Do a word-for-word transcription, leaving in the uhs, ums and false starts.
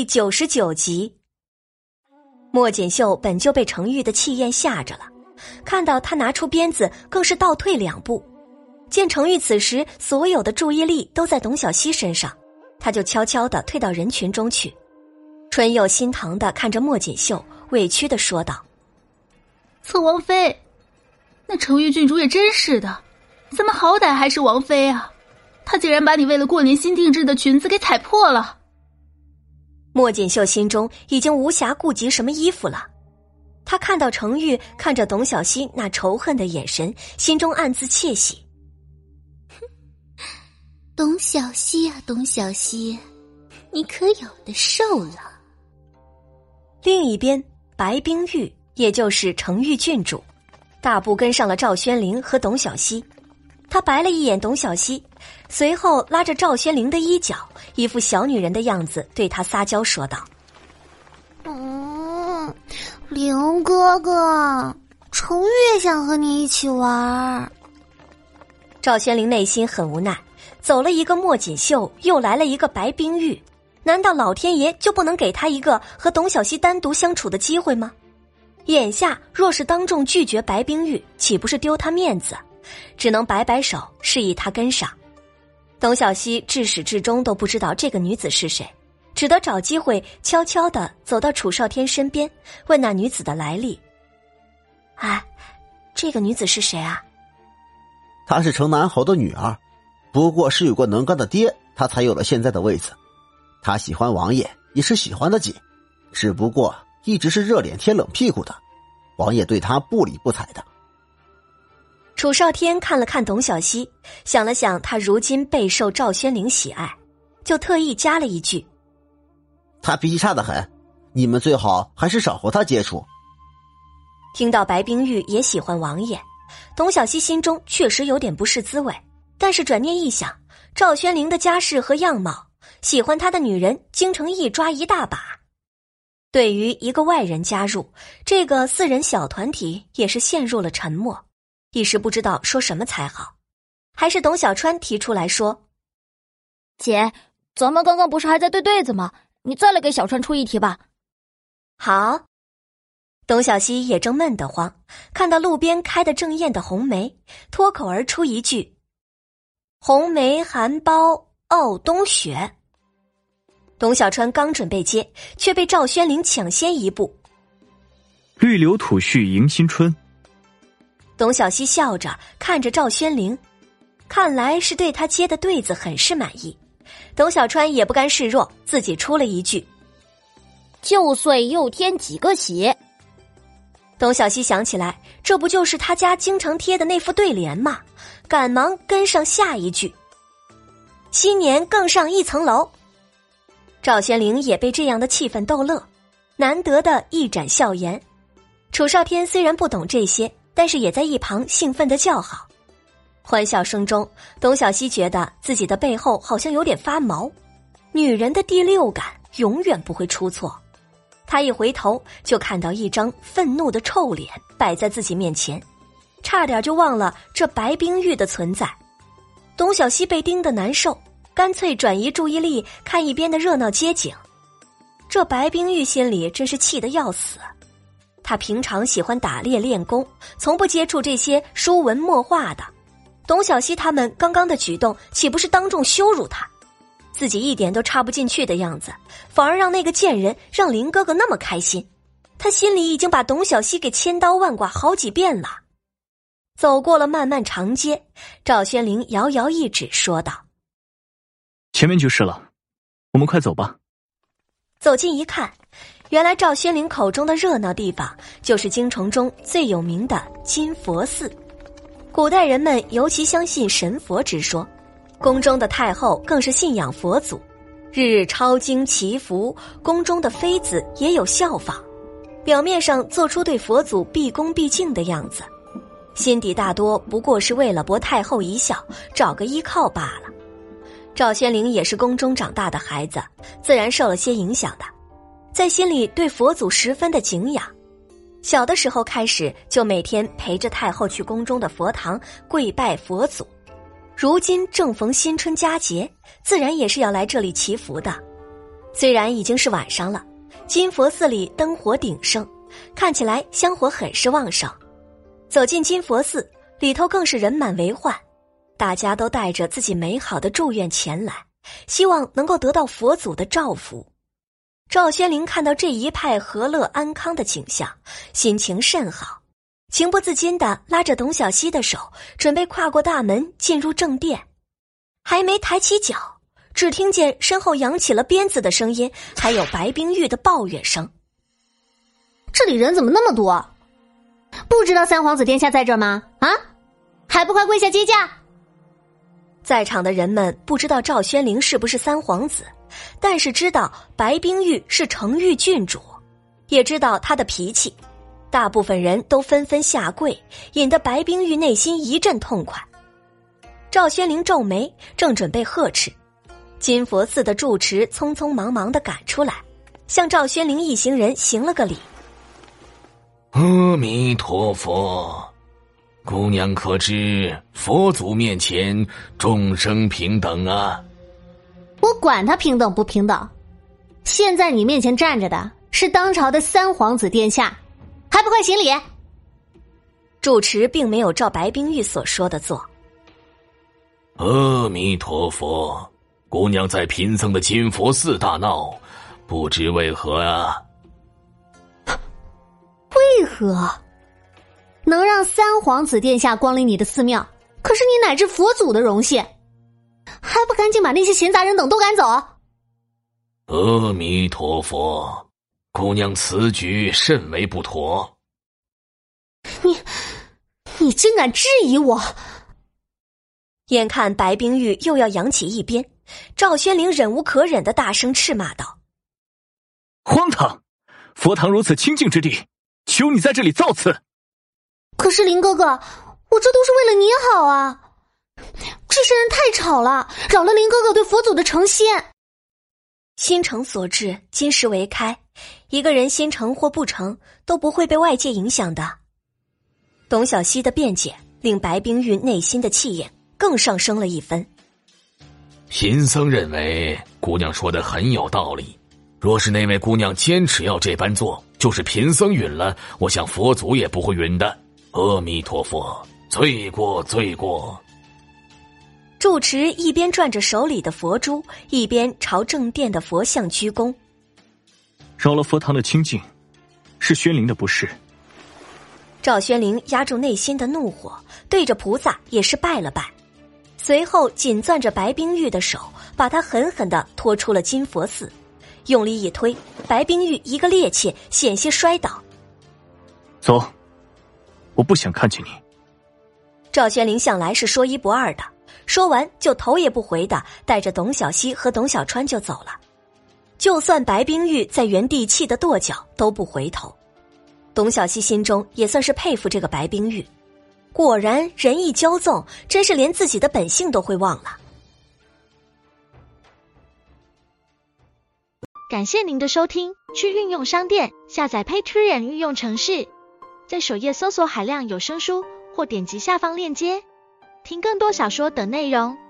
第九十九集。莫锦绣本就被程昱的气焰吓着了，看到他拿出鞭子更是倒退两步。见程昱此时所有的注意力都在董小希身上，他就悄悄地退到人群中去。春又心疼地看着莫锦绣，委屈地说道： 侧王妃，那程昱郡主也真是的，怎么好歹还是王妃啊，他竟然把你为了过年新定制的裙子给踩破了。 莫锦绣心中已经无暇顾及什么衣服了，他看到程昱看着董小希那仇恨的眼神，心中暗自窃喜。 董小希啊董小希，你可有的受了。 另一边，白冰玉也就是程昱郡主大步跟上了赵宣灵和董小希，他白了一眼董小希，随后拉着赵宣灵的衣角，一副小女人的样子对他撒娇说道： 嗯，灵哥哥，程昱也想和你一起玩。 赵宣灵内心很无奈，走了一个莫锦绣，又来了一个白冰玉，难道老天爷就不能给他一个和董小希单独相处的机会吗？眼下若是当众拒绝白冰玉，岂不是丢他面子？只能摆摆手示意他跟上。董小希至始至终都不知道这个女子是谁，只得找机会悄悄地走到楚少天身边，问那女子的来历。哎，这个女子是谁啊？ 她是程南侯的女儿，不过是有过能干的爹，她才有了现在的位子。她喜欢王爷也是喜欢的紧，只不过一直是热脸贴冷屁股的，王爷对她不理不睬的。 楚少天看了看董小希，想了想他如今备受赵宣灵喜爱，就特意加了一句： 他脾气差得很，你们最好还是少和他接触。 听到白冰玉也喜欢王爷，董小希心中确实有点不是滋味，但是转念一想，赵宣灵的家世和样貌，喜欢他的女人京城一抓一大把。对于一个外人加入，这个四人小团体也是陷入了沉默，一时不知道说什么才好。还是董小川提出来说： 姐，咱们刚刚不是还在对对子吗？你再来给小川出一题吧。 好。董小希也正闷得慌，看到路边开得正艳的红梅，脱口而出一句：红梅含苞傲冬雪。董小川刚准备接，却被赵宣灵抢先一步： 绿柳吐絮迎新春。 董小希笑着看着赵宣灵，看来是对他接的对子很是满意。董小川也不甘示弱，自己出了一句： 旧岁又添几个喜。 董小希想起来，这不就是他家经常贴的那副对联吗？赶忙跟上下一句：新年更上一层楼。赵宣灵也被这样的气氛逗乐，难得的一展笑颜。楚少天虽然不懂这些，但是也在一旁兴奋地叫好。欢笑声中，董小希觉得自己的背后好像有点发毛，女人的第六感永远不会出错。她一回头就看到一张愤怒的臭脸摆在自己面前，差点就忘了这白冰玉的存在。董小希被盯得难受，干脆转移注意力看一边的热闹街景。这白冰玉心里真是气得要死，他平常喜欢打猎练功，从不接触这些书文墨画的。董小希他们刚刚的举动岂不是当众羞辱他？自己一点都插不进去的样子，反而让那个贱人让林哥哥那么开心。他心里已经把董小希给千刀万剐好几遍了。走过了漫漫长街，赵宣灵摇摇一指说道： 前面就是了，我们快走吧。 走近一看，原来赵宣灵口中的热闹地方就是京城中最有名的金佛寺。古代人们尤其相信神佛之说，宫中的太后更是信仰佛祖，日日抄经祈福，宫中的妃子也有效仿，表面上做出对佛祖毕恭毕敬的样子，心底大多不过是为了博太后一笑，找个依靠罢了。赵宣灵也是宫中长大的孩子，自然受了些影响的，在心里对佛祖十分的敬仰。小的时候开始就每天陪着太后去宫中的佛堂跪拜佛祖，如今正逢新春佳节，自然也是要来这里祈福的。 虽然已经是晚上了，金佛寺里灯火鼎盛，看起来香火很是旺盛。走进金佛寺，里头更是人满为患，大家都带着自己美好的祝愿前来，希望能够得到佛祖的照拂。赵宣灵看到这一派和乐安康的景象，心情甚好，情不自禁地拉着董小希的手，准备跨过大门进入正殿。还没抬起脚，只听见身后扬起了鞭子的声音，还有白冰玉的抱怨声。 这里人怎么那么多？不知道三皇子殿下在这儿吗？啊，还不快跪下接驾！ 在场的人们不知道赵宣灵是不是三皇子，但是知道白冰玉是承玉郡主，也知道他的脾气，大部分人都纷纷下跪，引得白冰玉内心一阵痛快。赵宣灵皱眉，正准备呵斥，金佛寺的住持匆匆忙忙地赶出来，向赵宣灵一行人行了个礼。 阿弥陀佛，姑娘可知佛祖面前众生平等啊？ 我管他平等不平等，现在你面前站着的是当朝的三皇子殿下，还不快行礼？ 住持并没有照白冰玉所说的做。 阿弥陀佛，姑娘在贫僧的金佛寺大闹，不知为何啊？ 为何能让三皇子殿下光临你的寺庙？可是你乃至佛祖的荣幸，还不赶紧把那些闲杂人等都赶走？ 阿弥陀佛，姑娘此举甚为不妥。 你你真敢质疑我？ 眼看白冰玉又要扬起一鞭，赵宣灵忍无可忍地大声斥骂道： 荒唐！佛堂如此清净之地，求你在这里造次。 可是林哥哥，我这都是为了你好啊！这些人太吵了，扰了林哥哥对佛祖的诚心。 心诚所至，金石为开，一个人心诚或不诚都不会被外界影响的。董小希的辩解令白冰玉内心的气焰更上升了一分。 贫僧认为姑娘说的很有道理，若是那位姑娘坚持要这般做，就是贫僧允了，我想佛祖也不会允的。阿弥陀佛，罪过罪过。 住持一边转着手里的佛珠，一边朝正殿的佛像鞠躬。 扰了佛堂的清净，是宣灵的不是。 赵宣灵压住内心的怒火，对着菩萨也是拜了拜，随后紧攥着白冰玉的手，把他狠狠地拖出了金佛寺，用力一推，白冰玉一个趔趄，险些摔倒。 走，我不想看见你。 赵宣灵向来是说一不二的，说完就头也不回的带着董小希和董小川就走了。就算白冰玉在原地气得跺脚，都不回头。董小希心中也算是佩服这个白冰玉，果然人一骄纵，真是连自己的本性都会忘了。 感谢您的收听，去运用商店下载 Patreon 运用程式，在首页搜索海量有声书，或点击下方链接听更多小说等内容。